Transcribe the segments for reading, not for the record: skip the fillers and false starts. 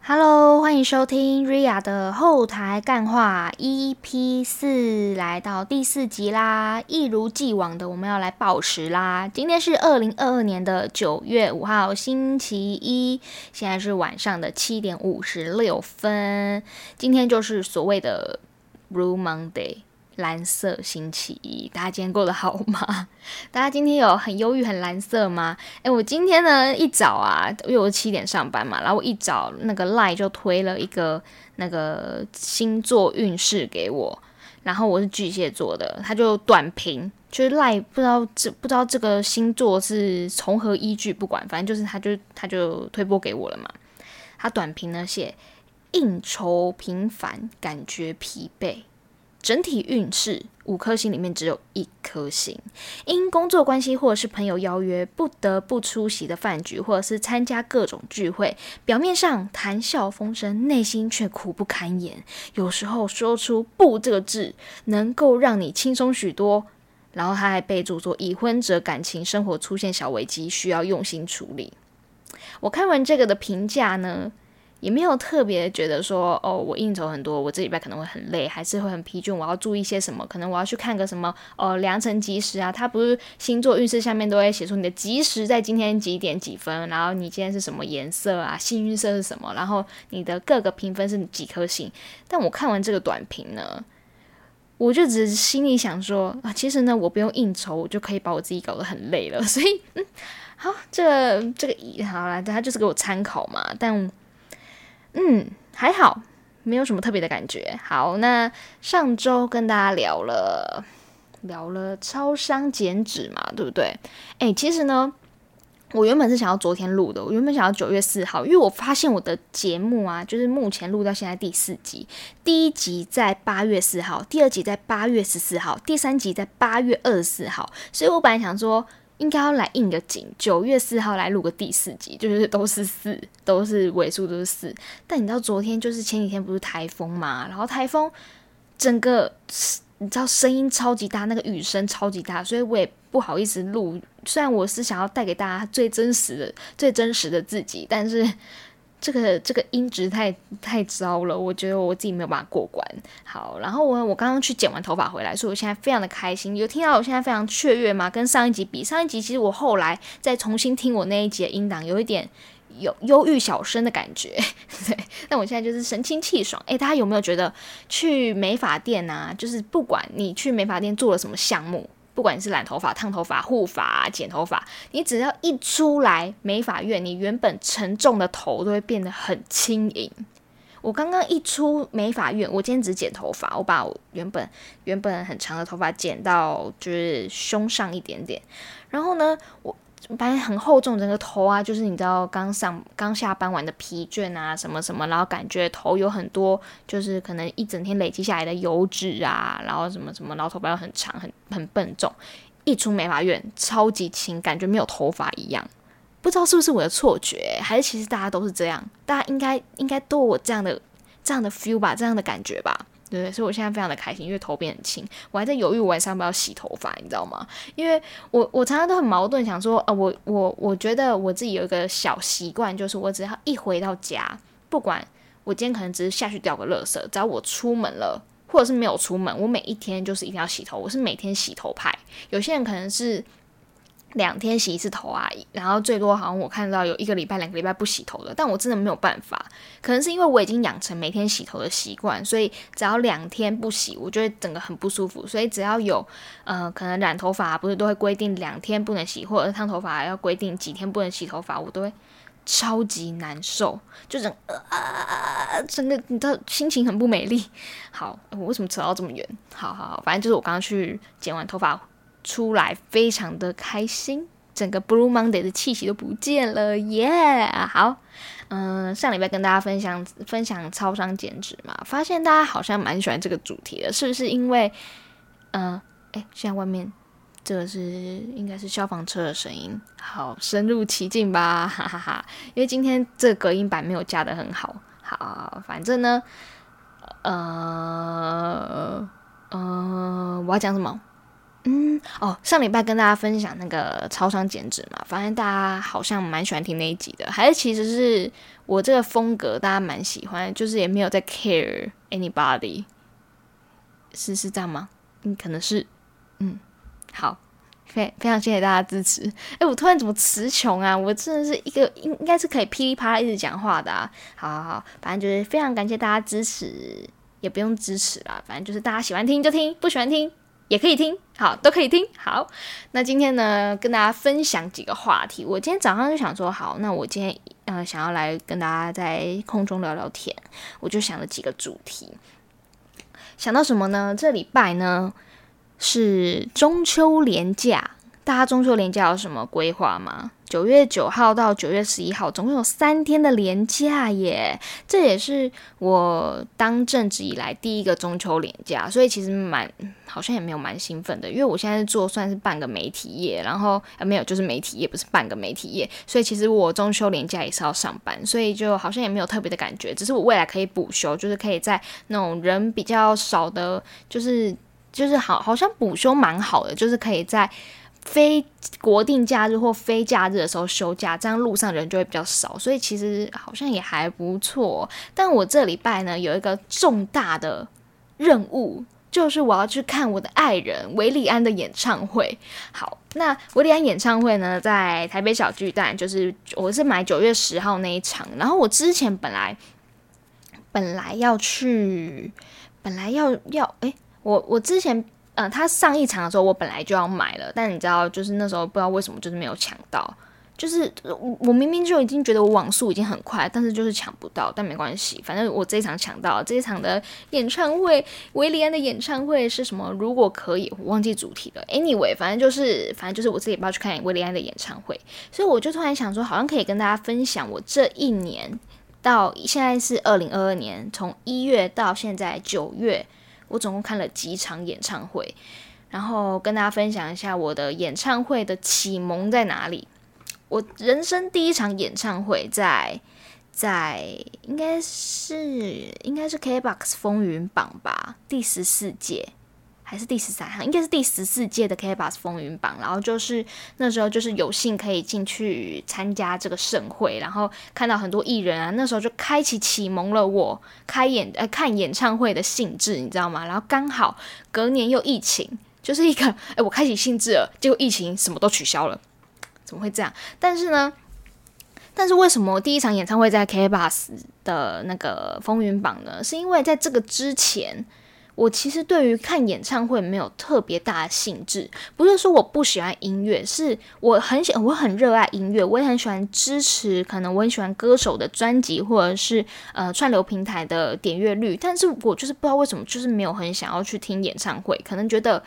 Hello，欢迎收听 Ria 的后台干话 EP4，来到第4集啦。一如既往的，我们要来报时啦。今天是2022年的9月5号，星期一，现在是晚上的7点56分。今天就是所谓的 Blue Monday。蓝色星期一，大家今天过得好吗？大家今天有很忧郁、很蓝色吗？我今天呢一早啊，因为我是7点上班嘛，然后我一早那个 LINE 就推了一个那个星座运势给我，然后我是巨蟹座的，他就短评，就是 LINE 不知道这个星座是从何依据，不管，反正就是他就推播给我了嘛。他短评呢写应酬频繁，感觉疲惫。整体运势5颗星里面只有1颗星，因工作关系或者是朋友邀约，不得不出席的饭局或者是参加各种聚会，表面上谈笑风生，内心却苦不堪言。有时候说出不这个字，能够让你轻松许多。然后他还备注说，已婚者感情生活出现小危机，需要用心处理。我看完这个的评价呢，也没有特别觉得说，我应酬很多，我这礼拜可能会很累，还是会很疲倦，我要注意些什么？可能我要去看个什么，良辰吉时啊，它不是星座运势下面都会写出你的吉时在今天几点几分，然后你今天是什么颜色啊，幸运色是什么，然后你的各个评分是几颗星。但我看完这个短评呢，我就只是心里想说啊，其实呢，我不用应酬，我就可以把我自己搞得很累了。所以，好，这个好啦，它就是给我参考嘛，但。还好，没有什么特别的感觉。好，那上周跟大家聊了超商减脂嘛，对不对？其实呢，我原本是想要昨天录的，我原本想要9月4号，因为我发现我的节目啊，就是目前录到现在第4集，第1集在8月4号，第2集在8月14号，第3集在8月24号，所以我本来想说，应该要来应个景，9月4号来录个第4集，就是都是4，都是尾数都是4。但你知道昨天就是前几天不是台风嘛，然后台风整个你知道声音超级大，那个雨声超级大，所以我也不好意思录。虽然我是想要带给大家最真实的自己，但是这个音质太糟了，我觉得我自己没有办法过关。好，然后我刚刚去剪完头发回来，所以我现在非常的开心。有听到我现在非常雀跃吗？跟上一集比，上一集其实我后来再重新听我那一集的音档，有一点有忧郁小生的感觉，对。但我现在就是神清气爽。大家有没有觉得去美发店啊，就是不管你去美发店做了什么项目？不管你是染头发、烫头发、护发、剪头发，你只要一出来美发院，你原本沉重的头都会变得很轻盈。我刚刚一出美发院，我今天只剪头发，我把我原本很长的头发剪到就是胸上一点点，然后呢，我本来很厚重，整个头啊，就是你知道刚下班完的疲倦啊，什么什么，然后感觉头有很多，就是可能一整天累积下来的油脂啊，然后什么什么，然后头发又很长，很笨重，一出美发院超级轻，感觉没有头发一样。不知道是不是我的错觉，还是其实大家都是这样，大家应该都有我这样的 feel 吧，这样的感觉吧。对，所以我现在非常的开心，因为头变很轻，我还在犹豫我晚上要不要洗头发，你知道吗？因为我常常都很矛盾，想说，我觉得我自己有一个小习惯，就是我只要一回到家，不管我今天可能只是下去掉个垃圾，只要我出门了，或者是没有出门，我每一天就是一定要洗头，我是每天洗头派。有些人可能是2天洗1次头啊，然后最多好像我看到有1个礼拜、2个礼拜不洗头的，但我真的没有办法，可能是因为我已经养成每天洗头的习惯，所以只要2天不洗，我就会整个很不舒服。所以只要有可能染头发不是都会规定2天不能洗，或者烫头发要规定几天不能洗头发，我都会超级难受，就整个你知道心情很不美丽。好，我为什么扯到这么远？好，反正就是我刚刚去剪完头发出来非常的开心，整个 Blue Monday 的气息都不见了耶、好，上礼拜跟大家分享超商减脂嘛，发现大家好像蛮喜欢这个主题的，是不是因为现在外面这个应该是消防车的声音，好深入其境吧，哈哈哈。因为今天这个隔音板没有架得很好，好，反正呢，我要讲什么？ 上礼拜跟大家分享那个超商减脂嘛，发现大家好像蛮喜欢听那一集的，还是其实是我这个风格大家蛮喜欢，就是也没有在 care anybody， 是这样吗？可能是，好。非常谢谢大家支持。我突然怎么词穷啊？我真的是一个应该是可以噼里啪啦一直讲话的啊。好，反正就是非常感谢大家支持，也不用支持啦，反正就是大家喜欢听就听，不喜欢听也可以听，好，都可以听。好，那今天呢，跟大家分享几个话题。我今天早上就想说，好，那我今天想要来跟大家在空中聊聊天，我就想了几个主题。想到什么呢？这礼拜呢是中秋连假，大家中秋连假有什么规划吗？9月9号到9月11号，总共有3天的连假耶！这也是我当正职以来第一个中秋连假，所以其实好像也没有蛮兴奋的，因为我现在做算是半个媒体业，然后没有就是媒体业，不是半个媒体业，所以其实我中秋连假也是要上班，所以就好像也没有特别的感觉，只是我未来可以补休，就是可以在那种人比较少的，就是好像补休蛮好的，就是可以在非国定假日或非假日的时候休假，这样路上人就会比较少，所以其实好像也还不错。但我这礼拜呢有一个重大的任务，就是我要去看我的爱人韦礼安的演唱会。好，那韦礼安演唱会呢在台北小巨蛋，就是我是买9月10号那一场，然后我之前本来要去，我之前他上一场的时候我本来就要买了，但你知道就是那时候不知道为什么就是没有抢到，就是我明明就已经觉得我网速已经很快，但是就是抢不到，但没关系，反正我这一场抢到了。这一场的演唱会，韦礼安的演唱会是什么？如果可以，我忘记主题了。Anyway， 反正就是我自己不要去看韦礼安的演唱会，所以我就突然想说，好像可以跟大家分享我这一年到现在是2022年，从1月到现在9月。我总共看了几场演唱会，然后跟大家分享一下我的演唱会的启蒙在哪里。我人生第一场演唱会在应该是 KBOX 风云榜吧，第14届还是第13，应该是第14届的 KBOX 风云榜。然后就是那时候就是有幸可以进去参加这个盛会，然后看到很多艺人啊，那时候就启蒙了我看演唱会的兴致，你知道吗？然后刚好隔年又疫情，就是一个我开启兴致了，结果疫情什么都取消了，怎么会这样？但是为什么第一场演唱会在 KBOX 的那个风云榜呢？是因为在这个之前，我其实对于看演唱会没有特别大的兴致，不是说我不喜欢音乐，是我很热爱音乐，我也很喜欢支持，可能我很喜欢歌手的专辑或者是串流平台的点阅率，但是我就是不知道为什么，就是没有很想要去听演唱会，可能觉得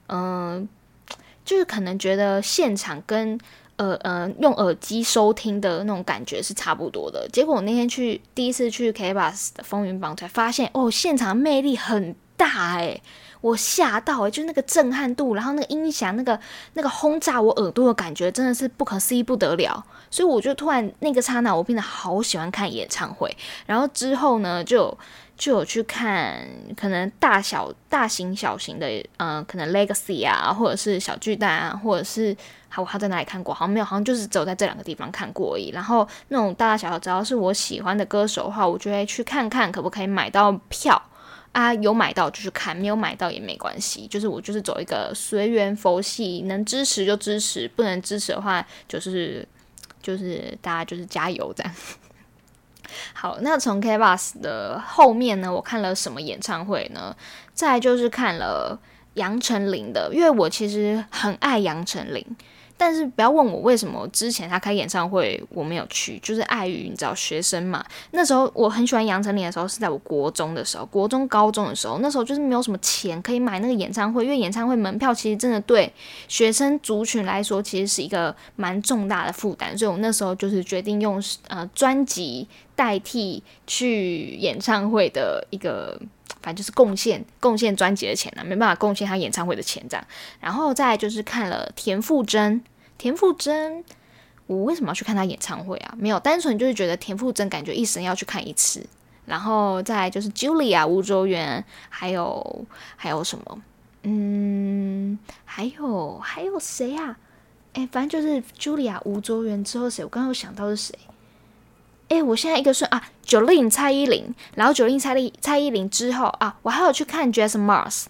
就是可能觉得现场跟用耳机收听的那种感觉是差不多的。结果我那天第一次去 KBOX 的风云榜才发现，现场魅力很大我吓到就是那个震撼度，然后那个音响那个轰炸我耳朵的感觉真的是不可思议不得了。所以我就突然那个刹那我变得好喜欢看演唱会，然后之后呢就有去看可能大型小型的可能 Legacy 啊，或者是小巨蛋啊，或者是我在哪里看过？好像没有，好像就是只有在这2个地方看过而已。然后那种大小只要是我喜欢的歌手的话，我就会去看看可不可以买到票啊。有买到就去看，没有买到也没关系。就是我就是走一个随缘佛系，能支持就支持，不能支持的话就是大家就是加油这样。好，那从 KBOX 的后面呢，我看了什么演唱会呢？再来就是看了杨丞琳的，因为我其实很爱杨丞琳，但是不要问我为什么之前他开演唱会我没有去，就是碍于你知道学生嘛。那时候我很喜欢杨丞琳的时候是在我国中的时候，国中高中的时候，那时候就是没有什么钱可以买那个演唱会，因为演唱会门票其实真的对学生族群来说其实是一个蛮重大的负担，所以我那时候就是决定用专辑代替去演唱会的一个，反正就是贡献专辑的钱没办法贡献他演唱会的钱这样。然后再来就是看了田馥甄，我为什么要去看他演唱会啊？没有，单纯就是觉得田馥甄感觉一生要去看一次。然后再来就是 Julia 吴卓源，还有什么？ 还有谁啊？反正就是Julia、吴卓源之后谁？我刚刚有想到是谁？我现在一个Jolin 蔡依林，然后 Jolin 蔡依林之后啊，我还有去看 Jason Mars。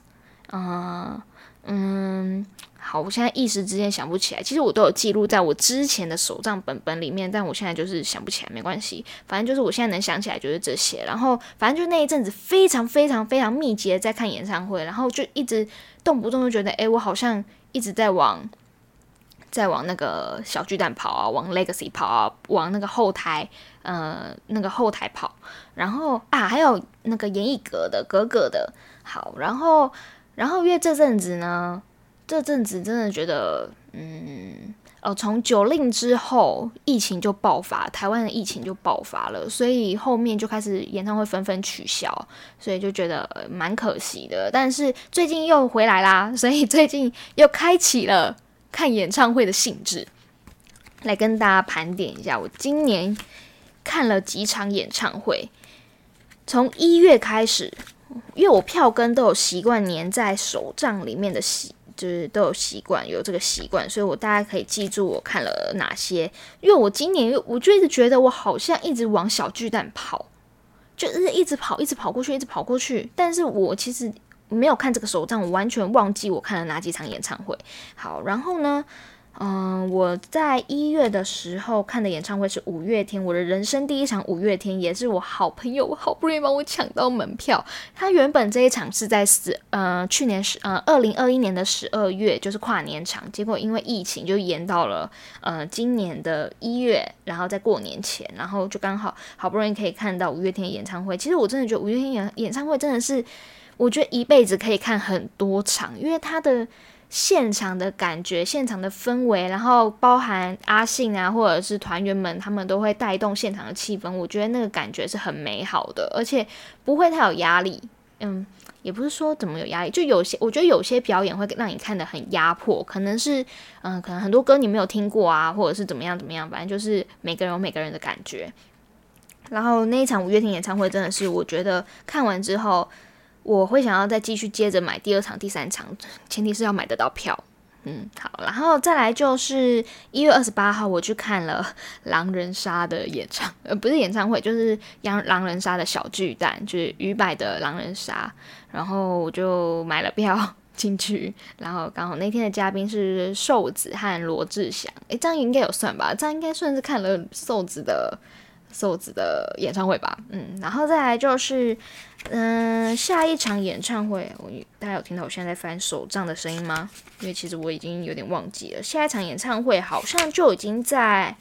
好，我现在一时之间想不起来。其实我都有记录在我之前的手账本里面，但我现在就是想不起来，没关系。反正就是我现在能想起来就是这些。然后反正就那一阵子非常非常非常密集的在看演唱会，然后就一直动不动就觉得，我好像一直在往那个小巨蛋跑啊，往 Legacy 跑啊，往那个后台跑。然后还有那个演艺格的。好，然后因为这阵子真的觉得，从90之后疫情就爆发，台湾的疫情就爆发了，所以后面就开始演唱会纷纷取消，所以就觉得蛮可惜的。但是最近又回来啦，所以最近又开启了看演唱会的兴致，来跟大家盘点一下我今年看了几场演唱会。从1月开始，因为我票根都有习惯粘在手账里面的就是都有有这个习惯，所以我大概可以记住我看了哪些。因为我今年我就一直觉得我好像一直往小巨蛋跑，就是一直跑过去，但是我其实没有看这个手账，我完全忘记我看了哪几场演唱会。好，然后呢，我在1月的时候看的演唱会是五月天，我的人生第一场五月天，也是我好朋友，我好不容易帮我抢到门票。他原本这一场是在去年2021年的12月，就是跨年场，结果因为疫情就延到了今年的1月，然后在过年前，然后就刚好不容易可以看到五月天的演唱会。其实我真的觉得五月天演唱会真的是，我觉得一辈子可以看很多场，因为他的现场的感觉、现场的氛围，然后包含阿信啊，或者是团员们，他们都会带动现场的气氛。我觉得那个感觉是很美好的，而且不会太有压力。也不是说怎么有压力，就我觉得有些表演会让你看得很压迫，可能是可能很多歌你没有听过啊，或者是怎么样，反正就是每个人有每个人的感觉。然后那一场五月天演唱会真的是，我觉得看完之后，我会想要再继续接着买第2场、第3场，前提是要买得到票。好，然后再来就是1月28号，我去看了狼人杀的不是演唱会，就是狼人杀的小巨蛋，就是伍佰的狼人杀，然后我就买了票进去，然后刚好那天的嘉宾是瘦子和罗志祥，这样应该有算吧？这样应该算是看了瘦子的演唱会吧。然后再来就是下一场演唱会，大家有听到我现在在翻手账的声音吗？因为其实我已经有点忘记了，下一场演唱会好像就已经在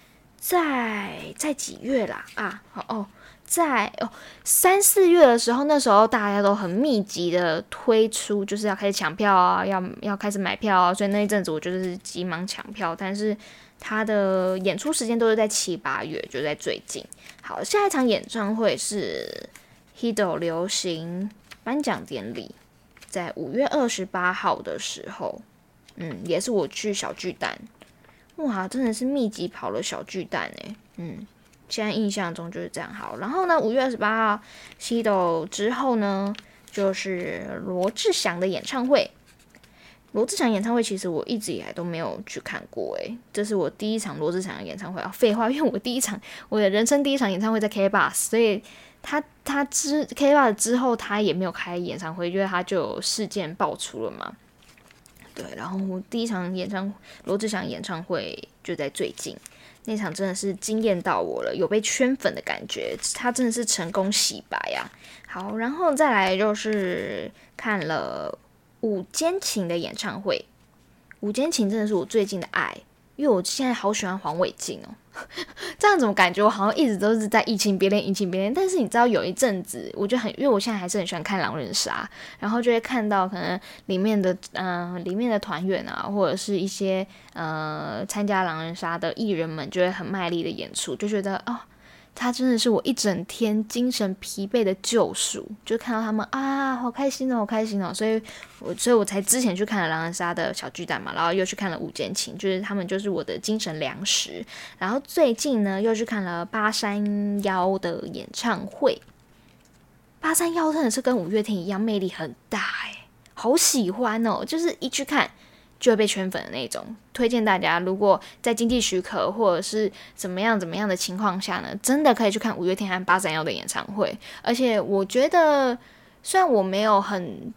几月啦在3、4月的时候，那时候大家都很密集的推出，就是要开始抢票啊，要开始买票啊，所以那一阵子我就是急忙抢票，但是他的演出时间都是在7、8月，就在最近。好，下一场演唱会是 Hido 流行颁奖典礼，在5月28号的时候，也是我去小巨蛋，哇，真的是密集跑了小巨蛋现在印象中就是这样。好，然后呢，5月28号 Hido 之后呢，就是罗志祥的演唱会。罗志祥演唱会其实我一直以来都没有去看过，这是我第一场罗志祥的演唱会。废话，因为我的人生第一场演唱会在 KKBOX， 所以他KKBOX 之后他也没有开演唱会，因为他就有事件爆出了嘛。对，然后我第一场罗志祥演唱会就在最近，那场真的是惊艳到我了，有被圈粉的感觉，他真的是成功洗白啊。好，然后再来就是看了五间琴的演唱会。五间琴真的是我最近的爱，因为我现在好喜欢黄伟晋这样怎么感觉我好像一直都是在移情别恋，但是你知道有一阵子我就因为我现在还是很喜欢看狼人杀，然后就会看到可能里面的团员啊，或者是一些参加狼人杀的艺人们就会很卖力的演出，就觉得他真的是我一整天精神疲惫的救赎，就看到他们好开心哦，所以我才之前去看了狼人杀的小巨蛋嘛，然后又去看了五间琴，就是他们就是我的精神粮食。然后最近呢又去看了八三夭的演唱会，八三夭真的是跟五月天一样魅力很大好喜欢哦，就是一去看就会被圈粉的那种。推荐大家，如果在经济许可或者是怎么样的情况下呢，真的可以去看五月天和831的演唱会。而且我觉得，虽然我没有很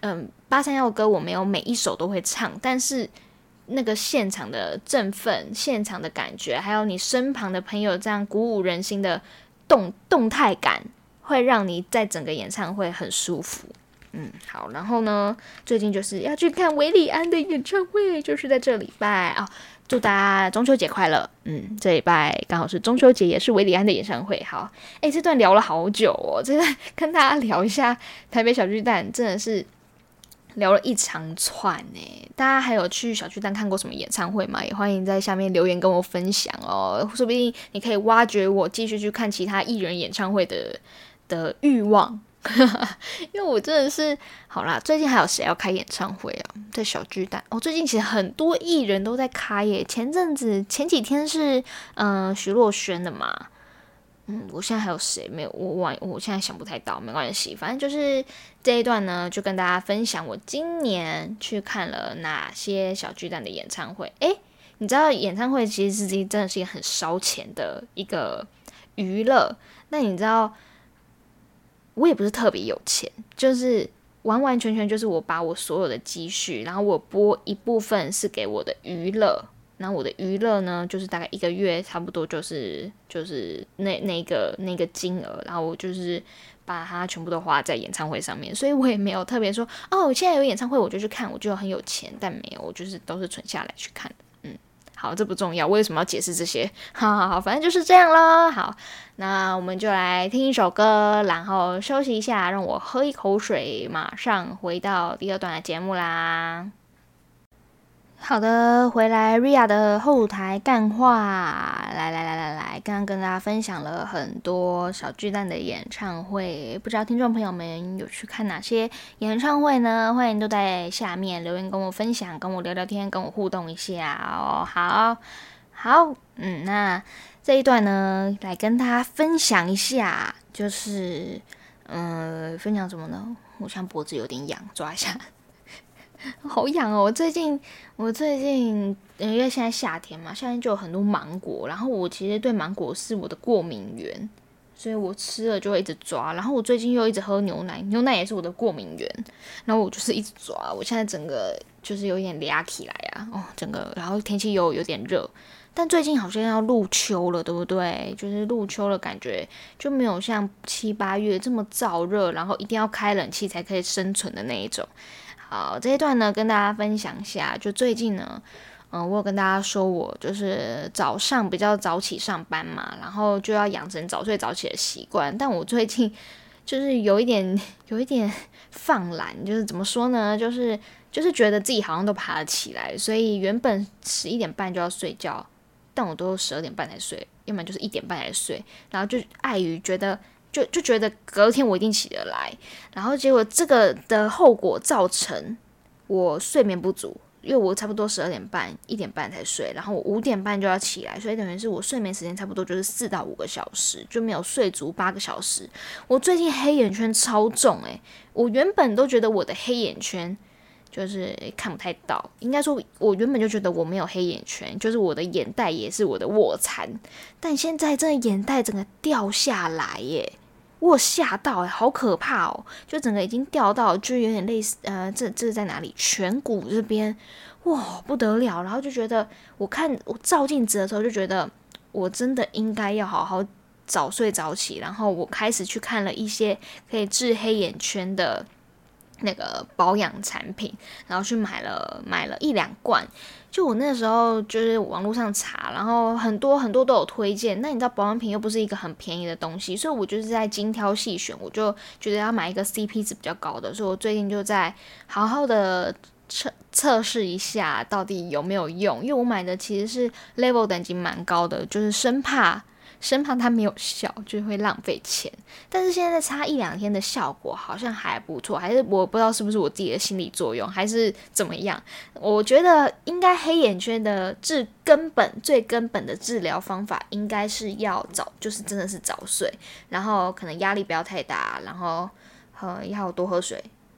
831歌我没有每一首都会唱，但是那个现场的振奋、现场的感觉，还有你身旁的朋友这样鼓舞人心的动态感，会让你在整个演唱会很舒服。好，然后呢，最近就是要去看韦礼安的演唱会，就是在这礼拜啊。祝大家中秋节快乐！这礼拜刚好是中秋节，也是韦礼安的演唱会。好，这段聊了好久哦，这段跟大家聊一下台北小巨蛋，真的是聊了一长串欸。大家还有去小巨蛋看过什么演唱会吗？也欢迎在下面留言跟我分享哦，说不定你可以挖掘我继续去看其他艺人演唱会的欲望。因为我真的是好啦，最近还有谁要开演唱会啊？在小巨蛋最近其实很多艺人都在开耶。前几天是徐若瑄的嘛，我现在还有谁没有？我现在想不太到，没关系，反正就是这一段呢，就跟大家分享我今年去看了哪些小巨蛋的演唱会。你知道演唱会其实真的是一个很烧钱的一个娱乐，那你知道？我也不是特别有钱，就是完完全全就是我把我所有的积蓄，然后我拨一部分是给我的娱乐，然后我的娱乐呢，就是大概一个月差不多就是那个金额，然后我就是把它全部都花在演唱会上面，所以我也没有特别说现在有演唱会我就去看，我就很有钱，但没有，我就是都是存下来去看的。好，这不重要，我为什么要解释这些？好，反正就是这样咯。好，那我们就来听一首歌，然后休息一下，让我喝一口水，马上回到第二段的节目啦。好的，回来 Ria 的后台干话，来，刚刚跟大家分享了很多小巨蛋的演唱会，不知道听众朋友们有去看哪些演唱会呢？欢迎都在下面留言跟我分享，跟我聊聊天，跟我互动一下哦。好，那这一段呢，来跟大家分享一下，就是分享什么呢？我现在脖子有点痒，抓一下。好痒哦！我最近因为现在夏天嘛，夏天就有很多芒果，然后我其实对芒果是我的过敏源，所以我吃了就会一直抓。然后我最近又一直喝牛奶，牛奶也是我的过敏源，然后我就是一直抓。我现在整个就是有点俩起来啊，整个，然后天气又有点热，但最近好像要入秋了，对不对？就是入秋了，感觉就没有像7、8月这么燥热，然后一定要开冷气才可以生存的那一种。好，这一段呢跟大家分享一下，就最近呢，我有跟大家说我就是早上比较早起上班嘛，然后就要养成早睡早起的习惯，但我最近就是有一点放懒，就是怎么说呢，就是觉得自己好像都爬得起来，所以原本11点半就要睡觉，但我都12点半才睡，要不然就是1点半才睡，然后就碍于觉得。就觉得隔天我一定起得来，然后结果这个的后果造成我睡眠不足，因为我差不多12点半、1点半才睡，然后我5点半就要起来，所以等于是我睡眠时间差不多就是4到5个小时，就没有睡足8个小时。我最近黑眼圈超重我原本都觉得我的黑眼圈就是看不太到，应该说我原本就觉得我没有黑眼圈，就是我的眼袋也是我的卧蚕，但现在这眼袋整个掉下来耶。我有吓到好可怕哦！就整个已经掉到，就有点类似这是在哪里？颧骨这边，哇，不得了！然后就觉得，我照镜子的时候就觉得，我真的应该要好好早睡早起。然后我开始去看了一些可以治黑眼圈的那个保养产品，然后去买了1-2罐。就我那时候就是网络上查，然后很多都有推荐。那你知道保养品又不是一个很便宜的东西，所以我就是在精挑细选，我就觉得要买一个 CP 值比较高的，所以我最近就在好好的测试一下到底有没有用。因为我买的其实是 level 等级蛮高的，就是生怕它没有效，就会浪费钱。但是现在擦1-2天的效果好像还不错，还是我不知道是不是我自己的心理作用，还是怎么样。我觉得应该黑眼圈的最根本的治疗方法，应该是要就是真的是早睡，然后可能压力不要太大，然后要多喝水。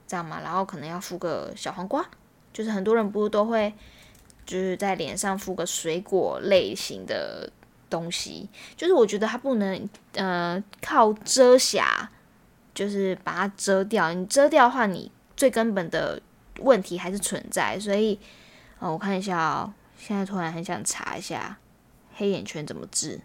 这样嘛，然后可能要敷个小黄瓜，就是很多人不是都会就是在脸上敷个水果类型的东西，就是我觉得它不能靠遮瑕，就是把它遮掉。你遮掉的话，你最根本的问题还是存在。所以，我看一下哦，现在突然很想查一下黑眼圈怎么治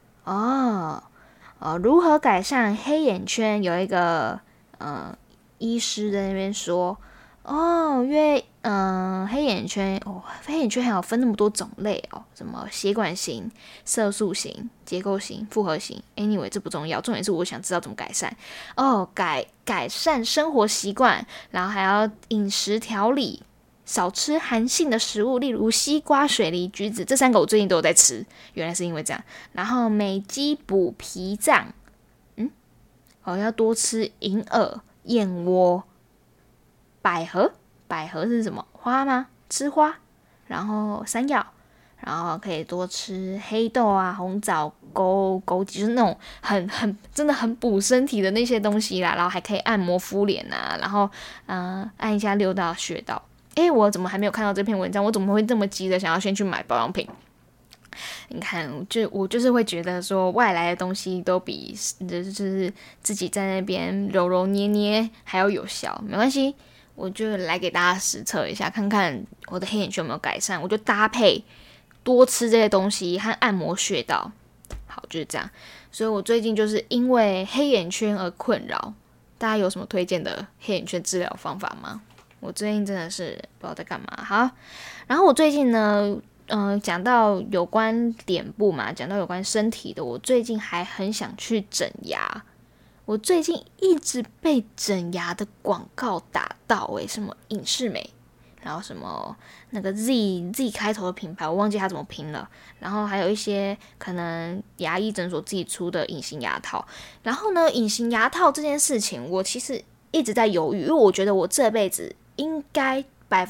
如何改善黑眼圈？有一个医师在那边说。因为黑眼圈黑眼圈还有分那么多种类什么血管型、色素型、结构型、复合型。Anyway， 这不重要，重点是我想知道怎么改善。改善生活习惯，然后还要饮食调理，少吃寒性的食物，例如西瓜、水梨、橘子，这3个我最近都有在吃，原来是因为这样。然后美肌补脾脏，要多吃银耳、燕窝。百合是什么花吗？吃花，然后山药，然后可以多吃黑豆啊、红枣、枸杞，就是那种真的很补身体的那些东西啦。然后还可以按摩敷脸啊，然后按一下6道穴道。我怎么还没有看到这篇文章？我怎么会这么急的想要先去买保养品？你看，我就是会觉得说，外来的东西都比就是自己在那边揉揉捏捏还要有效。没关系。我就来给大家实测一下，看看我的黑眼圈有没有改善。我就搭配多吃这些东西和按摩穴道，好，就是这样。所以我最近就是因为黑眼圈而困扰。大家有什么推荐的黑眼圈治疗方法吗？我最近真的是不知道在干嘛。好，然后我最近呢，讲到有关脸部嘛，讲到有关身体的，我最近还很想去整牙。我最近一直被整牙的广告打到什么隐适美，然后什么那个 Z 开头的品牌，我忘记它怎么拼了。然后还有一些可能牙医诊所自己出的隐形牙套。然后呢，隐形牙套这件事情，我其实一直在犹豫，因为我觉得我这辈子应该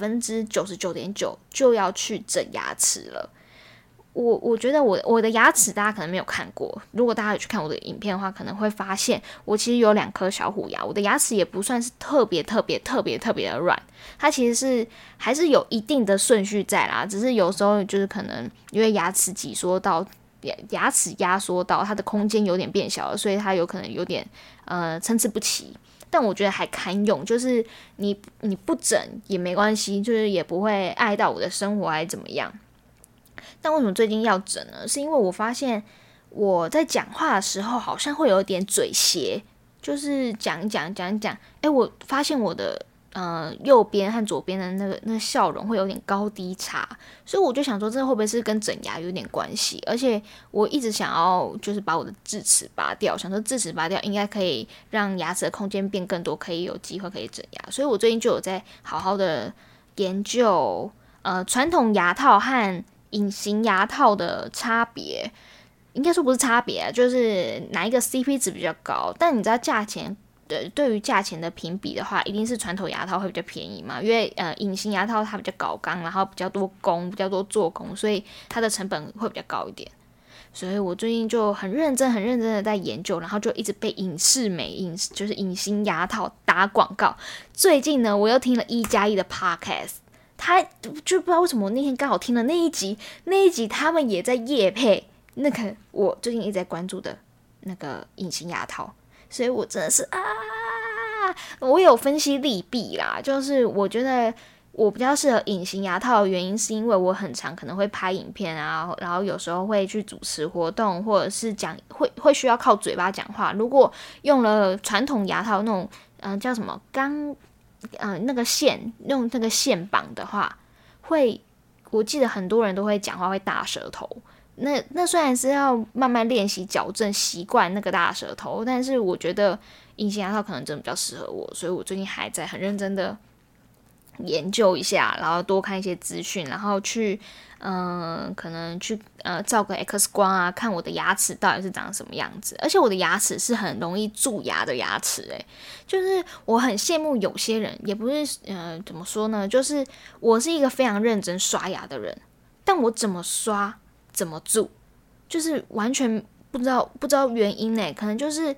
99.9%就要去整牙齿了。我觉得我的牙齿大家可能没有看过，如果大家有去看我的影片的话，可能会发现我其实有2颗小虎牙。我的牙齿也不算是特别的软，它其实还是有一定的顺序在啦，只是有时候就是可能因为牙齿压缩到它的空间有点变小了，所以它有可能有点参差不齐。但我觉得还堪用，就是你不整也没关系，就是也不会碍到我的生活还是怎么样。但为什么最近要整呢？是因为我发现我在讲话的时候好像会有点嘴斜，就是讲一讲。我发现我的右边和左边的那个笑容会有点高低差，所以我就想说，这会不会是跟整牙有点关系？而且我一直想要就是把我的智齿拔掉，想说智齿拔掉应该可以让牙齿的空间变更多，可以有机会可以整牙。所以我最近就有在好好的研究传统牙套和隐形牙套的差别。应该说不是差别就是哪一个 CP 值比较高。但你知道价钱，对于价钱的评比的话，一定是传统牙套会比较便宜嘛，因为隐形牙套它比较高纲，然后比较多做工，所以它的成本会比较高一点。所以我最近就很认真的在研究，然后就一直被隐适美就是隐形牙套打广告。最近呢，我又听了1+1的 podcast， 他就不知道为什么我那天刚好听了那一集他们也在业配那个我最近一直在关注的那个隐形牙套，所以我真的是我有分析利弊啦。就是我觉得我比较适合隐形牙套的原因，是因为我很常可能会拍影片啊，然后有时候会去主持活动，或者是会需要靠嘴巴讲话。如果用了传统牙套那种叫什么那个线，用那个线绑的话，我记得很多人都会讲话会大舌头。那虽然是要慢慢练习矫正习惯那个大舌头，但是我觉得隐形牙套可能真的比较适合我，所以我最近还在很认真的研究一下，然后多看一些资讯，然后去可能去照个 X 光啊，看我的牙齿到底是长什么样子。而且我的牙齿是很容易蛀牙的牙齿就是我很羡慕有些人，也不是怎么说呢，就是我是一个非常认真刷牙的人，但我怎么刷怎么蛀，就是完全不知道原因可能就是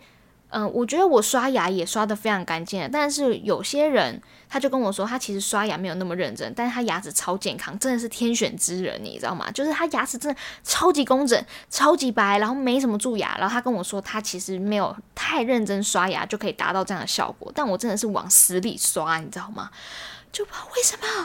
我觉得我刷牙也刷得非常干净的，但是有些人他就跟我说，他其实刷牙没有那么认真，但是他牙齿超健康，真的是天选之人，你知道吗？就是他牙齿真的超级工整、超级白，然后没什么蛀牙。然后他跟我说，他其实没有太认真刷牙就可以达到这样的效果，但我真的是往死里刷，你知道吗？就不知道为什么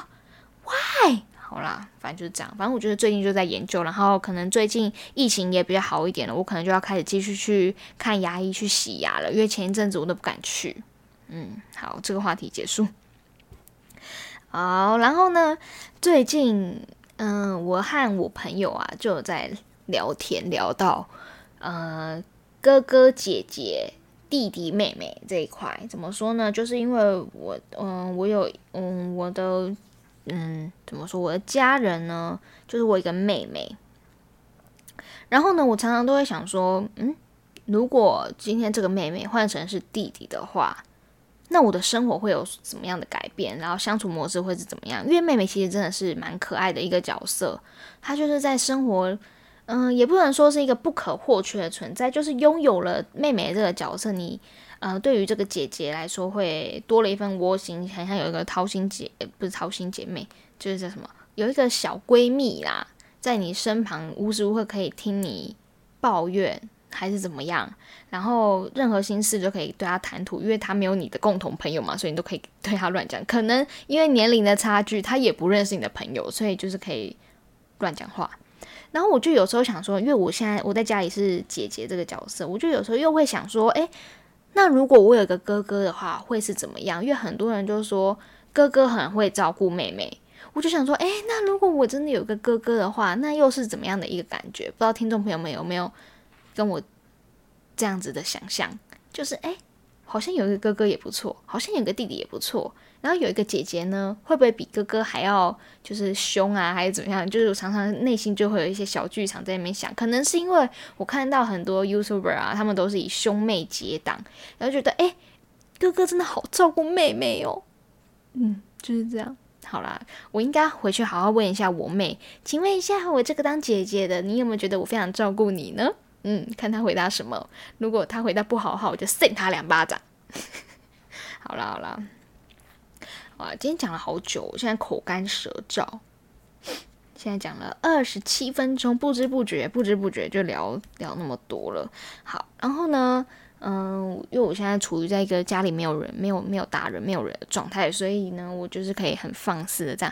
，Why？好啦，反正就是这样。反正我觉得最近就在研究，然后可能最近疫情也比较好一点了，我可能就要开始继续去看牙医去洗牙了，因为前一阵子我都不敢去。好，这个话题结束。好，然后呢，最近我和我朋友啊就有在聊天，聊到哥哥姐姐、弟弟妹妹这一块，怎么说呢？就是因为我有我的怎么说？我的家人呢，就是我一个妹妹。然后呢，我常常都会想说，如果今天这个妹妹换成是弟弟的话，那我的生活会有怎么样的改变？然后相处模式会是怎么样？因为妹妹其实真的是蛮可爱的一个角色，她就是在生活，也不能说是一个不可或缺的存在，就是拥有了妹妹这个角色，你对于这个姐姐来说会多了一份窝心，好像有一个不是掏心姐妹，就是叫什么，有一个小闺蜜啦，在你身旁无时无刻可以听你抱怨还是怎么样，然后任何心事就可以对她谈吐，因为她没有你的共同朋友嘛，所以你都可以对她乱讲。可能因为年龄的差距，她也不认识你的朋友，所以就是可以乱讲话。然后我就有时候想说，因为我在家里是姐姐这个角色，我就有时候又会想说，那如果我有个哥哥的话，会是怎么样？因为很多人就说哥哥很会照顾妹妹，我就想说，那如果我真的有个哥哥的话，那又是怎么样的一个感觉？不知道听众朋友们有没有跟我这样子的想象？就是好像有一个哥哥也不错，好像有个弟弟也不错，然后有一个姐姐呢，会不会比哥哥还要就是凶啊，还是怎么样？就是我常常内心就会有一些小剧场在那边想，可能是因为我看到很多 YouTuber 啊，他们都是以兄妹结党，然后觉得哥哥真的好照顾妹妹哦，就是这样。好啦，我应该回去好好问一下我妹，请问一下，我这个当姐姐的，你有没有觉得我非常照顾你呢？看他回答什么。如果他回答不好的话，我就扇他2巴掌。好啦，今天讲了好久，我现在口干舌燥。现在讲了27分钟，不知不觉就聊那么多了。好，然后呢，因为我现在处于在一个家里没有人、没有大人、没有人的状态，所以呢，我就是可以很放肆的这样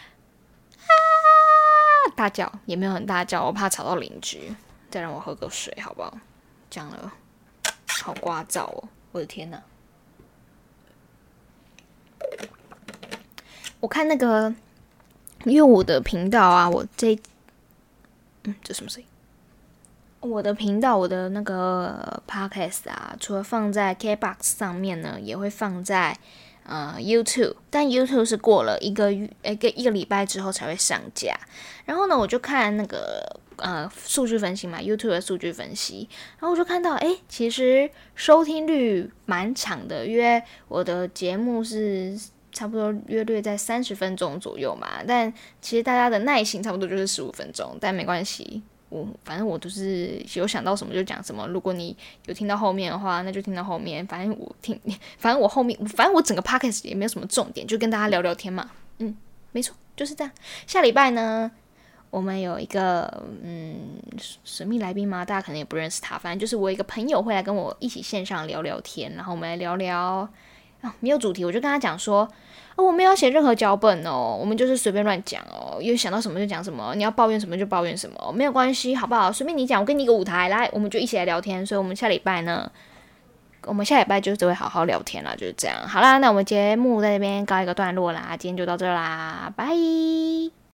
大叫，也没有很大叫，我怕吵到邻居。再让我喝个水好不好？讲了好聒噪哦，我的天哪！我看那个，因为我的频道啊，这什么声音？我的频道，我的那个 podcast 啊，除了放在 KBox 上面呢，也会放在YouTube， 但 YouTube 是过了一个礼拜之后才会上架。然后呢，我就看那个数据分析嘛 ，YouTube 的数据分析，然后我就看到其实收听率蛮长的，因为我的节目是差不多约略在30分钟左右嘛，但其实大家的耐心差不多就是15分钟，但没关系。反正我都是有想到什么就讲什么。如果你有听到后面的话，那就听到后面。反正我整个 podcast 也没有什么重点，就跟大家聊聊天嘛。没错，就是这样。下礼拜呢，我们有一个神秘来宾嘛，大家可能也不认识他，反正就是我一个朋友会来跟我一起线上聊聊天，然后我们来聊聊没有主题，我就跟他讲说。我没有写任何脚本哦，我们就是随便乱讲哦，因为想到什么就讲什么，你要抱怨什么就抱怨什么，没有关系，好不好？随便你讲，我给你一个舞台，来，我们就一起来聊天。所以，我们下礼拜就是会好好聊天啦，就是这样。好啦，那我们节目在这边告一个段落啦，今天就到这啦，拜。